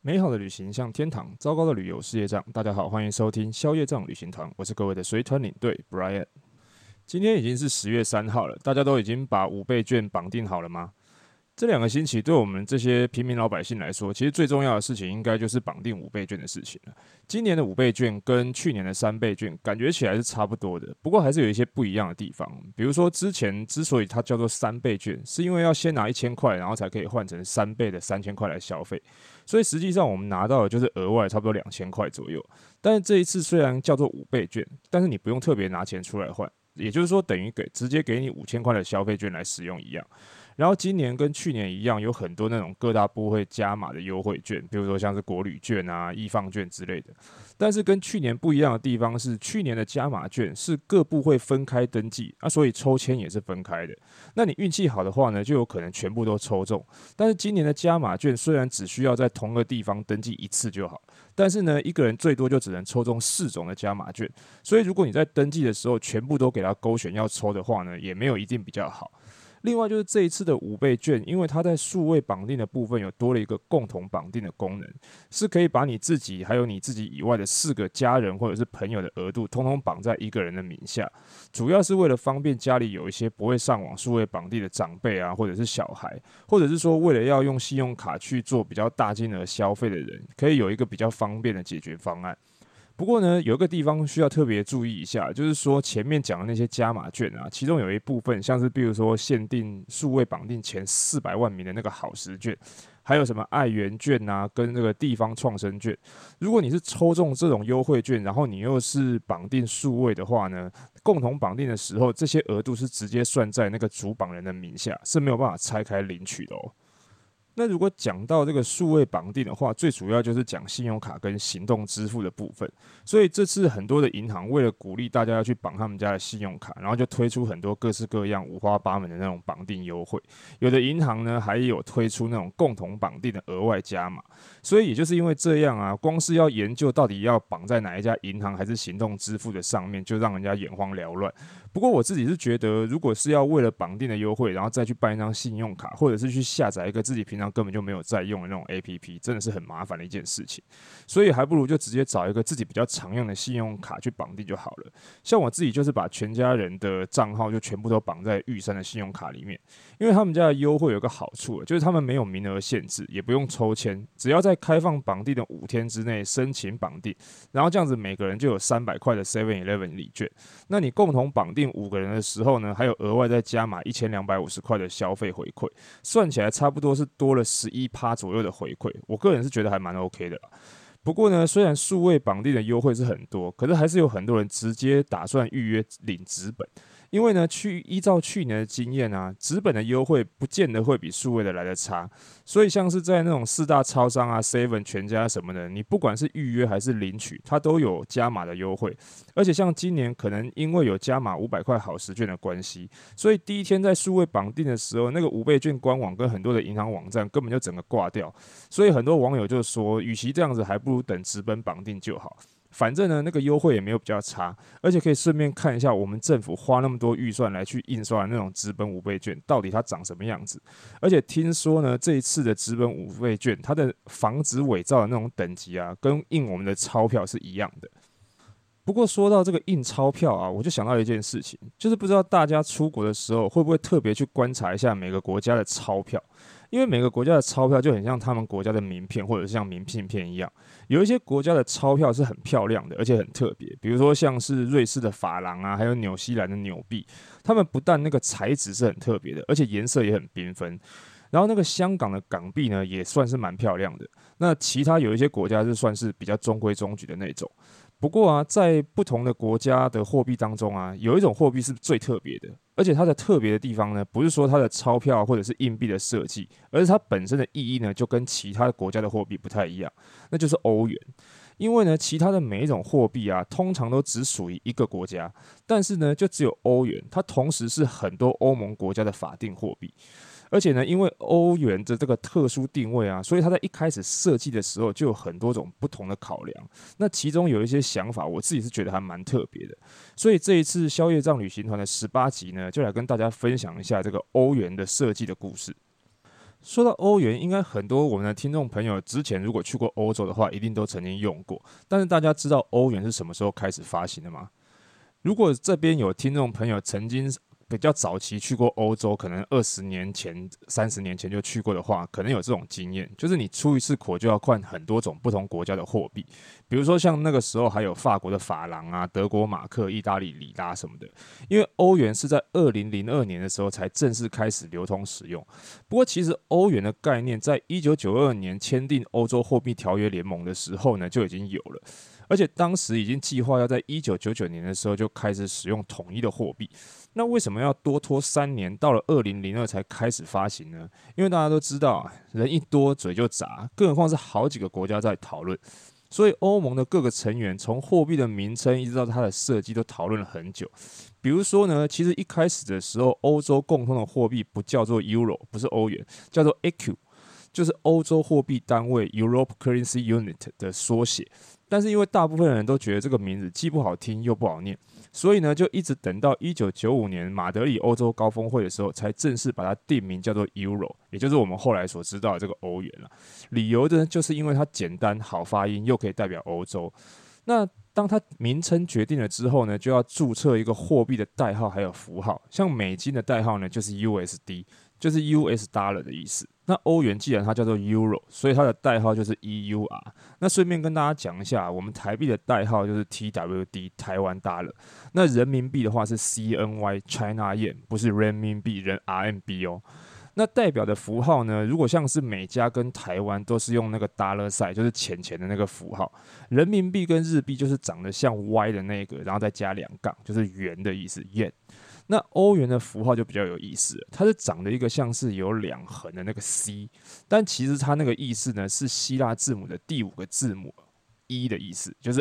美好的旅行像天堂，糟糕的旅游是业障。大家好，欢迎收听宵夜障旅行团，我是各位的随团领队 Brian。今天已经是10月3号了，大家都已经把5倍券绑定好了吗？这2个星期对我们这些平民老百姓来说，其实最重要的事情应该就是绑定5倍券的事情了。今年的5倍券跟去年的3倍券感觉起来是差不多的，不过还是有一些不一样的地方。比如说之前之所以它叫做3倍券，是因为要先拿1000块，然后才可以换成3倍的3000块来消费，所以实际上我们拿到的就是额外差不多2000块左右。但是这一次虽然叫做5倍券，但是你不用特别拿钱出来换，也就是说等于直接给你5000块的消费券来使用一样。然后今年跟去年一样，有很多那种各大部会加码的优惠券，比如说像是国旅券啊、易放券之类的。但是跟去年不一样的地方是，去年的加码券是各部会分开登记啊，所以抽签也是分开的。那你运气好的话呢，就有可能全部都抽中。但是今年的加码券虽然只需要在同个地方登记一次就好，但是呢，一个人最多就只能抽中4种的加码券。所以如果你在登记的时候全部都给他勾选要抽的话呢，也没有一定比较好。另外就是这一次的5倍券，因为它在数位绑定的部分有多了一个共同绑定的功能，是可以把你自己还有你自己以外的4个家人或者是朋友的额度，通通绑在一个人的名下，主要是为了方便家里有一些不会上网数位绑定的长辈啊，或者是小孩，或者是说为了要用信用卡去做比较大金额消费的人，可以有一个比较方便的解决方案。不过呢，有一个地方需要特别注意一下，就是说前面讲的那些加码券啊，其中有一部分像是比如说限定数位绑定前400万名的那个好食券，还有什么爱媛券啊，跟这个地方创生券，如果你是抽中这种优惠券，然后你又是绑定数位的话呢，共同绑定的时候，这些额度是直接算在那个主绑人的名下，是没有办法拆开领取的哦。那如果讲到这个数位绑定的话，最主要就是讲信用卡跟行动支付的部分。所以这次很多的银行为了鼓励大家要去绑他们家的信用卡，然后就推出很多各式各样五花八门的那种绑定优惠。有的银行呢还有推出那种共同绑定的额外加码。所以也就是因为这样啊，光是要研究到底要绑在哪一家银行还是行动支付的上面，就让人家眼花缭乱。不过我自己是觉得，如果是要为了绑定的优惠，然后再去办一张信用卡，或者是去下载一个自己平常根本就没有在用的那种 APP， 真的是很麻烦的一件事情。所以还不如就直接找一个自己比较常用的信用卡去绑定就好了。像我自己就是把全家人的账号就全部都绑在玉山的信用卡里面，因为他们家的优惠有个好处，就是他们没有名额限制，也不用抽签，只要在开放绑定的5天之内申请绑定，然后这样子每个人就有300块的 7-Eleven 礼券。那你共同绑定5个人的时候呢，还有额外再加码1250块的消费回馈，算起来差不多是多了11%左右的回馈。我个人是觉得还蛮 OK 的啦。不过呢，虽然数位绑定的优惠是很多，可是还是有很多人直接打算预约领纸本。因为呢，依照去年的经验啊，纸本的优惠不见得会比数位的来的差，所以像是在那种4大超商啊、Seven、全家什么的，你不管是预约还是领取，它都有加码的优惠。而且像今年可能因为有加码500块好食券的关系，所以第一天在数位绑定的时候，那个5倍券官网跟很多的银行网站根本就整个挂掉，所以很多网友就说，与其这样子，还不如等纸本绑定就好。反正呢，那个优惠也没有比较差，而且可以顺便看一下我们政府花那么多预算来去印刷的那种纸本5倍券，到底它长什么样子。而且听说呢，这一次的纸本5倍券，它的防止伪造的那种等级啊，跟印我们的钞票是一样的。不过说到这个印钞票啊，我就想到一件事情，就是不知道大家出国的时候会不会特别去观察一下每个国家的钞票，因为每个国家的钞票就很像他们国家的名片或者是像明信片一样，有一些国家的钞票是很漂亮的，而且很特别，比如说像是瑞士的法郎啊，还有纽西兰的纽币，他们不但那个材质是很特别的，而且颜色也很缤纷。然后那个香港的港币呢，也算是蛮漂亮的。那其他有一些国家是算是比较中规中矩的那种。不过啊，在不同的国家的货币当中啊，有一种货币是最特别的，而且它的特别的地方呢，不是说它的钞票或者是硬币的设计，而是它本身的意义呢，就跟其他的国家的货币不太一样，那就是欧元。因为呢，其他的每一种货币啊，通常都只属于一个国家，但是呢，就只有欧元，它同时是很多欧盟国家的法定货币。而且呢，因为欧元的这个特殊定位啊，所以它在一开始设计的时候就有很多种不同的考量。那其中有一些想法，我自己是觉得还蛮特别的。所以这一次宵夜帐旅行团的18集呢，就来跟大家分享一下这个欧元的设计的故事。 说到欧元，应该很多我们的听众朋友之前如果去过欧洲的话，一定都曾经用过。但是大家知道欧元是什么时候开始发行的吗？如果这边有听众朋友曾经比较早期去过欧洲，可能20年前、30年前就去过的话，可能有这种经验，就是你出一次国就要换很多种不同国家的货币，比如说像那个时候还有法国的法郎啊、德国马克、意大利里拉什么的。因为欧元是在2002年的时候才正式开始流通使用。不过，其实欧元的概念在1992年签订欧洲货币条约联盟的时候呢就已经有了。而且当时已经计划要在1999年的时候就开始使用统一的货币。那为什么要多拖3年，到了2002才开始发行呢？因为大家都知道啊，人一多嘴就杂，更何况是好几个国家在讨论。所以欧盟的各个成员从货币的名称一直到它的设计都讨论了很久。比如说呢，其实一开始的时候，欧洲共通的货币不叫做 Euro， 不是欧元，叫做 ECU， 就是欧洲货币单位 Europe Currency Unit 的缩写。但是因为大部分人都觉得这个名字既不好听又不好念，所以呢就一直等到1995年马德里欧洲高峰会的时候，才正式把它定名叫做 Euro， 也就是我们后来所知道的这个欧元了。理由呢，就是因为它简单好发音，又可以代表欧洲。那当它名称决定了之后呢，就要注册一个货币的代号还有符号。像美金的代号呢，就是 USD， 就是 US Dollar 的意思。那欧元既然它叫做 Euro， 所以它的代号就是 EUR。那顺便跟大家讲一下，我们台币的代号就是 TWD， 台湾 Dollar。那人民币的话是 CNY China Yen， 不是人民币人 RMB 哦。那代表的符号呢？如果像是美加跟台湾都是用那个 dollar sign， 就是钱钱的那个符号。人民币跟日币就是长得像 Y 的那个，然后再加2杠，就是圆的意思 yen。那欧元的符号就比较有意思了，它是长得一个像是有2横的那个 C， 但其实它那个意思呢是希腊字母的第5个字母 E 的意思，就是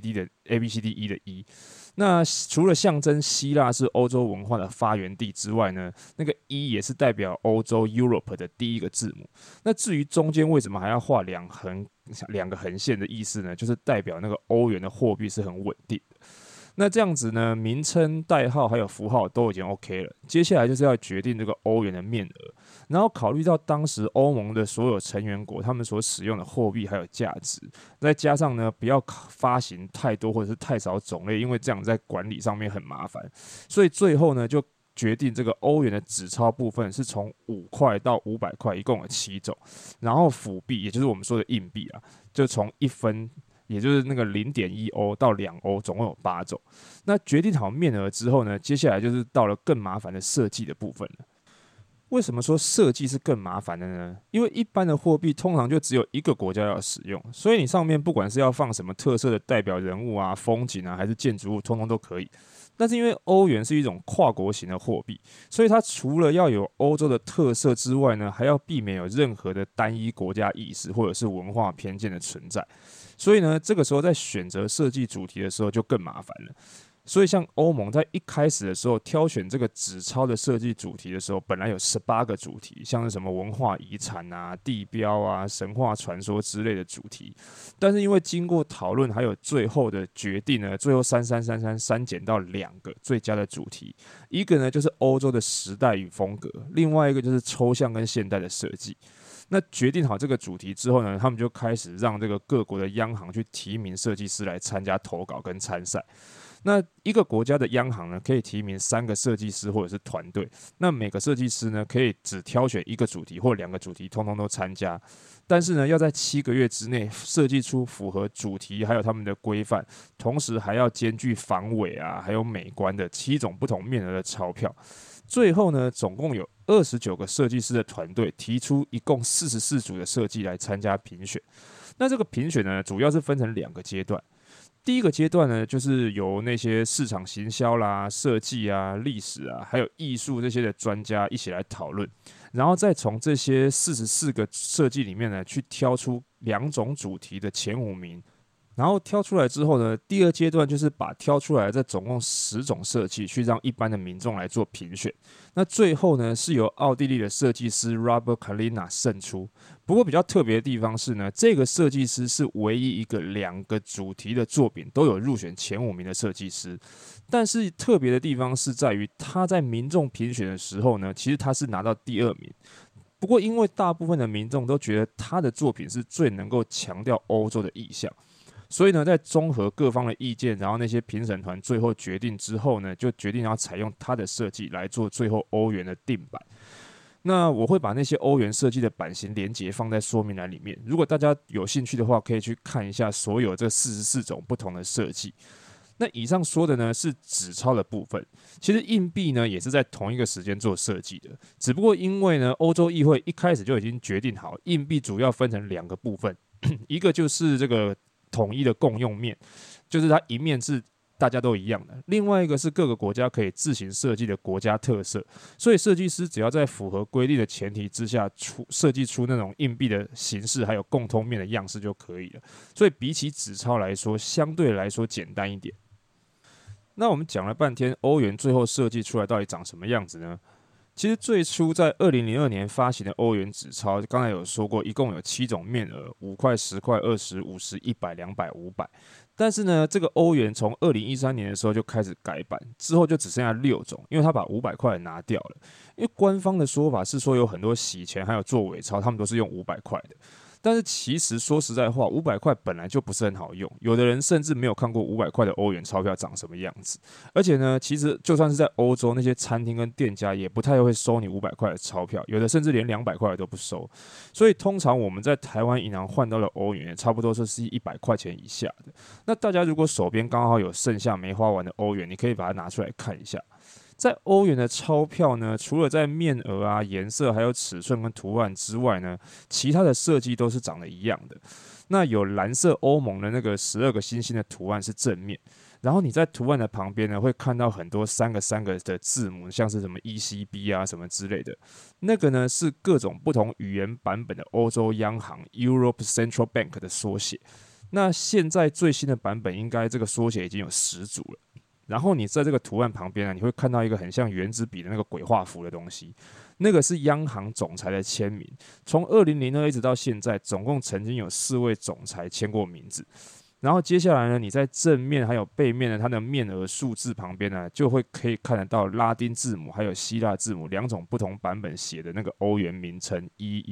ABCD E 的 E。那除了象征希腊是欧洲文化的发源地之外呢，那个 E 也是代表欧洲 Europe 的第1个字母。那至于中间为什么还要画2个横线的意思呢？就是代表那个欧元的货币是很稳定的。那这样子呢，名称、代号还有符号都已经 OK 了，接下来就是要决定这个欧元的面额，然后考虑到当时欧盟的所有成员国他们所使用的货币还有价值，再加上呢不要发行太多或者是太少种类，因为这样在管理上面很麻烦，所以最后呢就决定这个欧元的纸钞部分是从5块到500块，一共有7种，然后辅币也就是我们说的硬币啊，就从1分。也就是那个0.1欧到2欧，总共有8种。那决定好面额之后呢，接下来就是到了更麻烦的设计的部分了。为什么说设计是更麻烦的呢？因为一般的货币通常就只有一个国家要使用，所以你上面不管是要放什么特色的代表人物啊、风景啊，还是建筑物，通通都可以。但是因为欧元是一种跨国型的货币，所以它除了要有欧洲的特色之外呢，还要避免有任何的单一国家意识或者是文化偏见的存在。所以呢，这个时候在选择设计主题的时候就更麻烦了。所以像欧盟在一开始的时候挑选这个纸钞的设计主题的时候，本来有18个主题，像是什么文化遗产啊、地标啊、神话传说之类的主题。但是因为经过讨论还有最后的决定呢，最后删减到2个最佳的主题，一个呢就是欧洲的时代与风格，另外一个就是抽象跟现代的设计。那决定好这个主题之后呢，他们就开始让这个各国的央行去提名设计师来参加投稿跟参赛。那一个国家的央行呢，可以提名3个设计师或者是团队。那每个设计师呢，可以只挑选1个主题或2个主题，通通都参加。但是呢，要在7个月之内设计出符合主题还有他们的规范，同时还要兼具防伪啊，还有美观的7种不同面额的钞票。最后呢，总共有29个设计师的团队提出一共44组的设计来参加评选。那这个评选呢，主要是分成2个阶段。第一个阶段呢，就是由那些市场行销啦、设计啊、历史啊，还有艺术这些的专家一起来讨论，然后再从这些44个设计里面呢，去挑出2种主题的前5名。然后挑出来之后呢，第2阶段就是把挑出来的这总共10种设计，去让一般的民众来做评选。那最后呢，是由奥地利的设计师 Robert Kalina 胜出。不过比较特别的地方是呢，这个设计师是唯一一个2个主题的作品都有入选前5名的设计师。但是特别的地方是在于，他在民众评选的时候呢，其实他是拿到第2名。 不过因为大部分的民众都觉得他的作品是最能够强调欧洲的意象，所以呢，在综合各方的意见，然后那些评审团最后决定之后呢，就决定要采用他的设计来做最后欧元的定版。那我会把那些欧元设计的版型连结放在说明栏里面，如果大家有兴趣的话，可以去看一下所有这44种不同的设计。那以上说的呢是纸钞的部分，其实硬币呢也是在同一个时间做设计的，只不过因为呢欧洲议会一开始就已经决定好，硬币主要分成2个部分，一个就是这个统一的共用面，就是它一面是大家都一样的，另外一个是各个国家可以自行设计的国家特色，所以设计师只要在符合规定的前提之下设计出那种硬币的形式还有共通面的样式就可以了，所以比起纸钞来说相对来说简单一点。那我们讲了半天，欧元最后设计出来到底长什么样子呢？其实最初在2002年发行的欧元纸钞，刚才有说过，一共有7种面额，5块、10块、20、50、100、200、500。但是呢，这个欧元从2013年的时候就开始改版，之后就只剩下6种，因为他把500块拿掉了。因为官方的说法是说有很多洗钱还有做伪钞，他们都是用500块的。但是其实说实在话，500块本来就不是很好用，有的人甚至没有看过500块的欧元钞票长什么样子。而且呢，其实就算是在欧洲，那些餐厅跟店家也不太会收你500块的钞票，有的甚至连200块都不收。所以通常我们在台湾银行换到的欧元，也差不多是100块钱以下的。那大家如果手边刚好有剩下没花完的欧元，你可以把它拿出来看一下。在欧元的钞票呢，除了在面额啊、颜色还有尺寸跟图案之外呢，其他的设计都是长得一样的。那有蓝色欧盟的那个12个星星的图案是正面，然后你在图案的旁边呢，会看到很多3个的字母，像是什么 ECB 啊什么之类的。那个呢是各种不同语言版本的欧洲央行 Europe Central Bank 的缩写。那现在最新的版本，应该这个缩写已经有10组了。然后你在这个图案旁边呢，你会看到一个很像原子笔的那个鬼画符的东西，那个是央行总裁的签名。从2002一直到现在，总共曾经有4位总裁签过名字。然后接下来呢，你在正面还有背面的它的面额数字旁边呢，就会可以看得到拉丁字母还有希腊字母2种不同版本写的那个欧元名称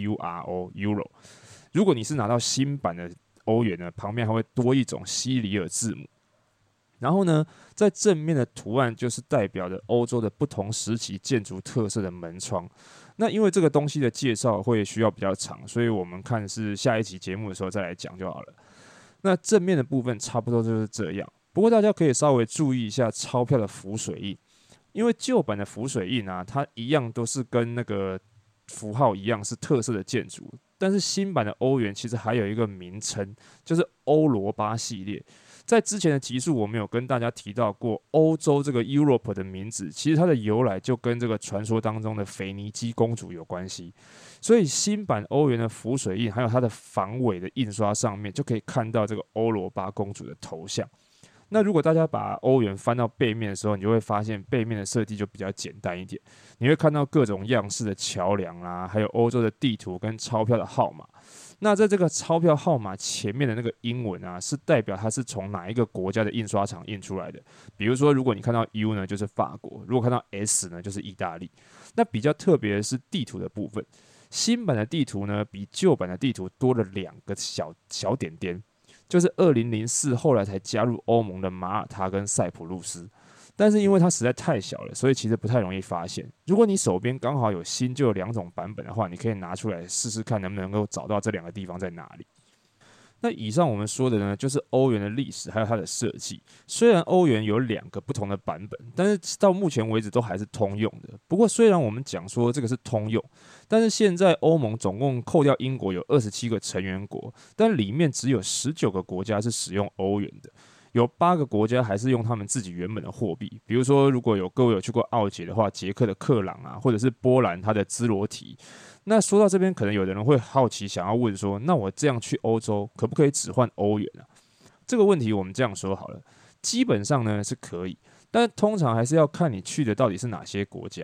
EURO。如果你是拿到新版的欧元呢，旁边还会多一种西里尔字母。然后呢，在正面的图案就是代表着欧洲的不同时期建筑特色的门窗。那因为这个东西的介绍会需要比较长，所以我们看是下一期节目的时候再来讲就好了。那正面的部分差不多就是这样，不过大家可以稍微注意一下钞票的浮水印，因为旧版的浮水印啊，它一样都是跟那个符号一样是特色的建筑，但是新版的欧元其实还有一个名称，就是欧罗巴系列。在之前的集数，我们有跟大家提到过，欧洲这个 Europe 的名字，其实它的由来就跟这个传说当中的腓尼基公主有关系。所以新版欧元的浮水印，还有它的防伪的印刷上面，就可以看到这个欧罗巴公主的头像。那如果大家把欧元翻到背面的时候，你就会发现背面的设计就比较简单一点。你会看到各种样式的桥梁啊，还有欧洲的地图跟钞票的号码。那在这个钞票号码前面的那个英文啊，是代表它是从哪一个国家的印刷厂印出来的。比如说，如果你看到 U 呢，就是法国；如果看到 S 呢，就是意大利。那比较特别的是地图的部分，新版的地图呢，比旧版的地图多了2个小点点，就是2004后来才加入欧盟的马耳他跟塞浦路斯。但是因为它实在太小了，所以其实不太容易发现。如果你手边刚好有新旧2种版本的话，你可以拿出来试试看，能不能够找到这2个地方在哪里。那以上我们说的呢，就是欧元的历史还有它的设计。虽然欧元有2个不同的版本，但是到目前为止都还是通用的。不过虽然我们讲说这个是通用，但是现在欧盟总共扣掉英国有27个成员国，但里面只有19个国家是使用欧元的。有8个国家还是用他们自己原本的货币，比如说，如果各位有去过奥捷的话，捷克的克朗啊，或者是波兰它的兹罗提。那说到这边，可能有的人会好奇，想要问说，那我这样去欧洲，可不可以只换欧元啊？这个问题我们这样说好了，基本上呢是可以，但通常还是要看你去的到底是哪些国家，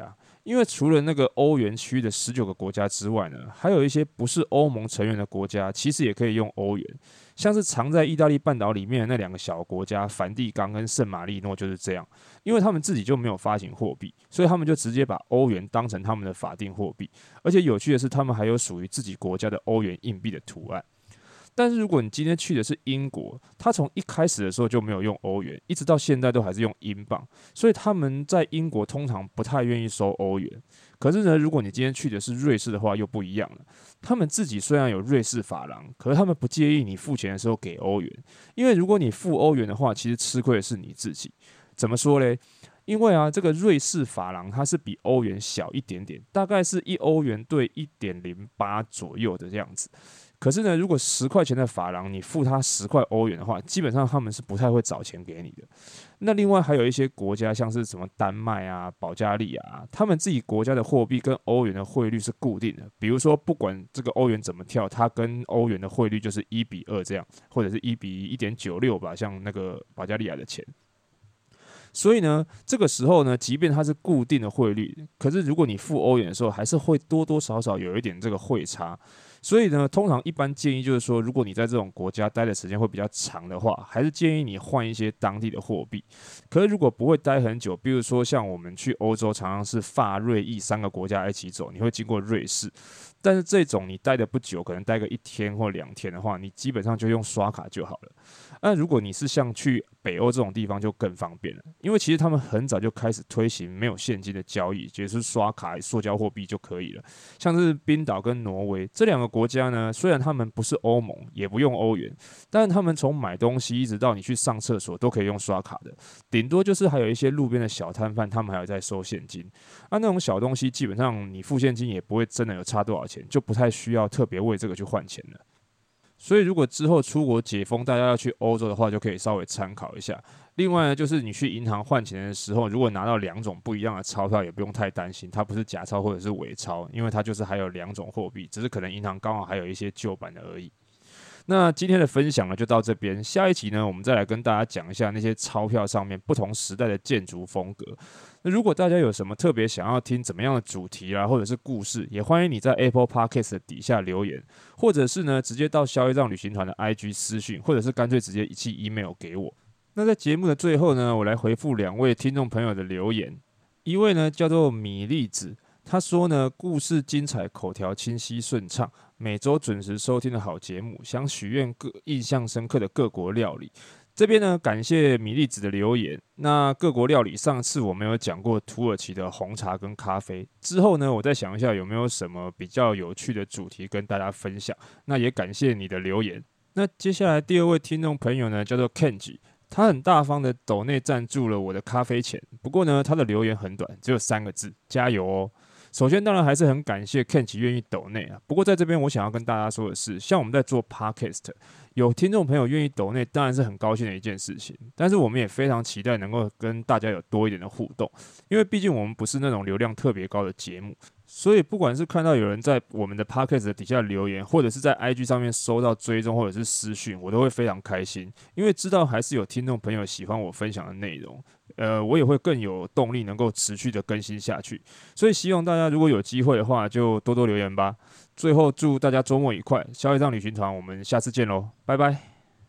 因为除了那个欧元区的19个国家之外呢，还有一些不是欧盟成员的国家，其实也可以用欧元。像是藏在意大利半岛里面的那两个小国家梵蒂冈跟圣马力诺就是这样，因为他们自己就没有发行货币，所以他们就直接把欧元当成他们的法定货币。而且有趣的是，他们还有属于自己国家的欧元硬币的图案。但是如果你今天去的是英国，它从一开始的时候就没有用欧元，一直到现在都还是用英镑，所以他们在英国通常不太愿意收欧元。可是呢，如果你今天去的是瑞士的话，又不一样了。他们自己虽然有瑞士法郎，可是他们不介意你付钱的时候给欧元，因为如果你付欧元的话，其实吃亏的是你自己。怎么说嘞？因为啊，这个瑞士法郎它是比欧元小一点点，大概是1欧元对1.08左右的这样子。可是呢，如果10块钱的法郎，你付他10块欧元的话，基本上他们是不太会找钱给你的。那另外还有一些国家，像是什么丹麦啊、保加利亚啊，他们自己国家的货币跟欧元的汇率是固定的。比如说，不管这个欧元怎么跳，它跟欧元的汇率就是1:2这样，或者是1:1.96吧，像那个保加利亚的钱。所以呢，这个时候呢，即便它是固定的汇率，可是如果你付欧元的时候，还是会多多少少有一点这个汇差。所以呢，通常一般建议就是说，如果你在这种国家待的时间会比较长的话，还是建议你换一些当地的货币。可是如果不会待很久，比如说像我们去欧洲，常常是法、瑞、意3个国家一起走，你会经过瑞士。但是这种你待的不久，可能待个1天或2天的话，你基本上就用刷卡就好了。那如果你是像去北欧这种地方，就更方便了，因为其实他们很早就开始推行没有现金的交易，就是刷卡、塑胶货币就可以了。像是冰岛跟挪威这2个国家呢，虽然他们不是欧盟，也不用欧元，但是他们从买东西一直到你去上厕所都可以用刷卡的，顶多就是还有一些路边的小摊贩，他们还有在收现金。那种小东西基本上你付现金也不会真的有差多少钱，就不太需要特别为这个去换钱了。所以，如果之后出国解封，大家要去欧洲的话，就可以稍微参考一下。另外呢，就是你去银行换钱的时候，如果拿到2种不一样的钞票，也不用太担心，它不是假钞或者是伪钞，因为它就是还有2种货币，只是可能银行刚好还有一些旧版的而已。那今天的分享呢，就到这边。下一集呢，我们再来跟大家讲一下那些钞票上面不同时代的建筑风格。那如果大家有什么特别想要听怎么样的主题啦，或者是故事，也欢迎你在 Apple Podcast 的底下留言，或者是呢直接到消业障旅行团的 IG 私讯，或者是干脆直接寄 email 给我。那在节目的最后呢，我来回复2位听众朋友的留言。一位呢叫做米粒子，他说呢，故事精彩，口条清晰顺畅，每周准时收听的好节目，想许愿各印象深刻的各国料理。这边呢，感谢米粒子的留言。那各国料理，上次我们有讲过土耳其的红茶跟咖啡。之后呢，我再想一下有没有什么比较有趣的主题跟大家分享。那也感谢你的留言。那接下来第2位听众朋友呢，叫做 Kenji。他很大方的抖内赞助了我的咖啡钱，不过呢，他的留言很短，只有3个字：加油哦。首先，当然还是很感谢 Kenji 愿意抖内啊。不过在这边，我想要跟大家说的是，像我们在做 Podcast，有听众朋友愿意抖内，当然是很高兴的一件事情。但是我们也非常期待能够跟大家有多一点的互动，因为毕竟我们不是那种流量特别高的节目。所以不管是看到有人在我们的 podcast 的底下留言，或者是在 IG 上面收到追踪或者是私讯，我都会非常开心，因为知道还是有听众朋友喜欢我分享的内容，我也会更有动力能够持续的更新下去。所以希望大家如果有机会的话，就多多留言吧。最后祝大家周末愉快，消业障旅行团，我们下次见喽，拜拜。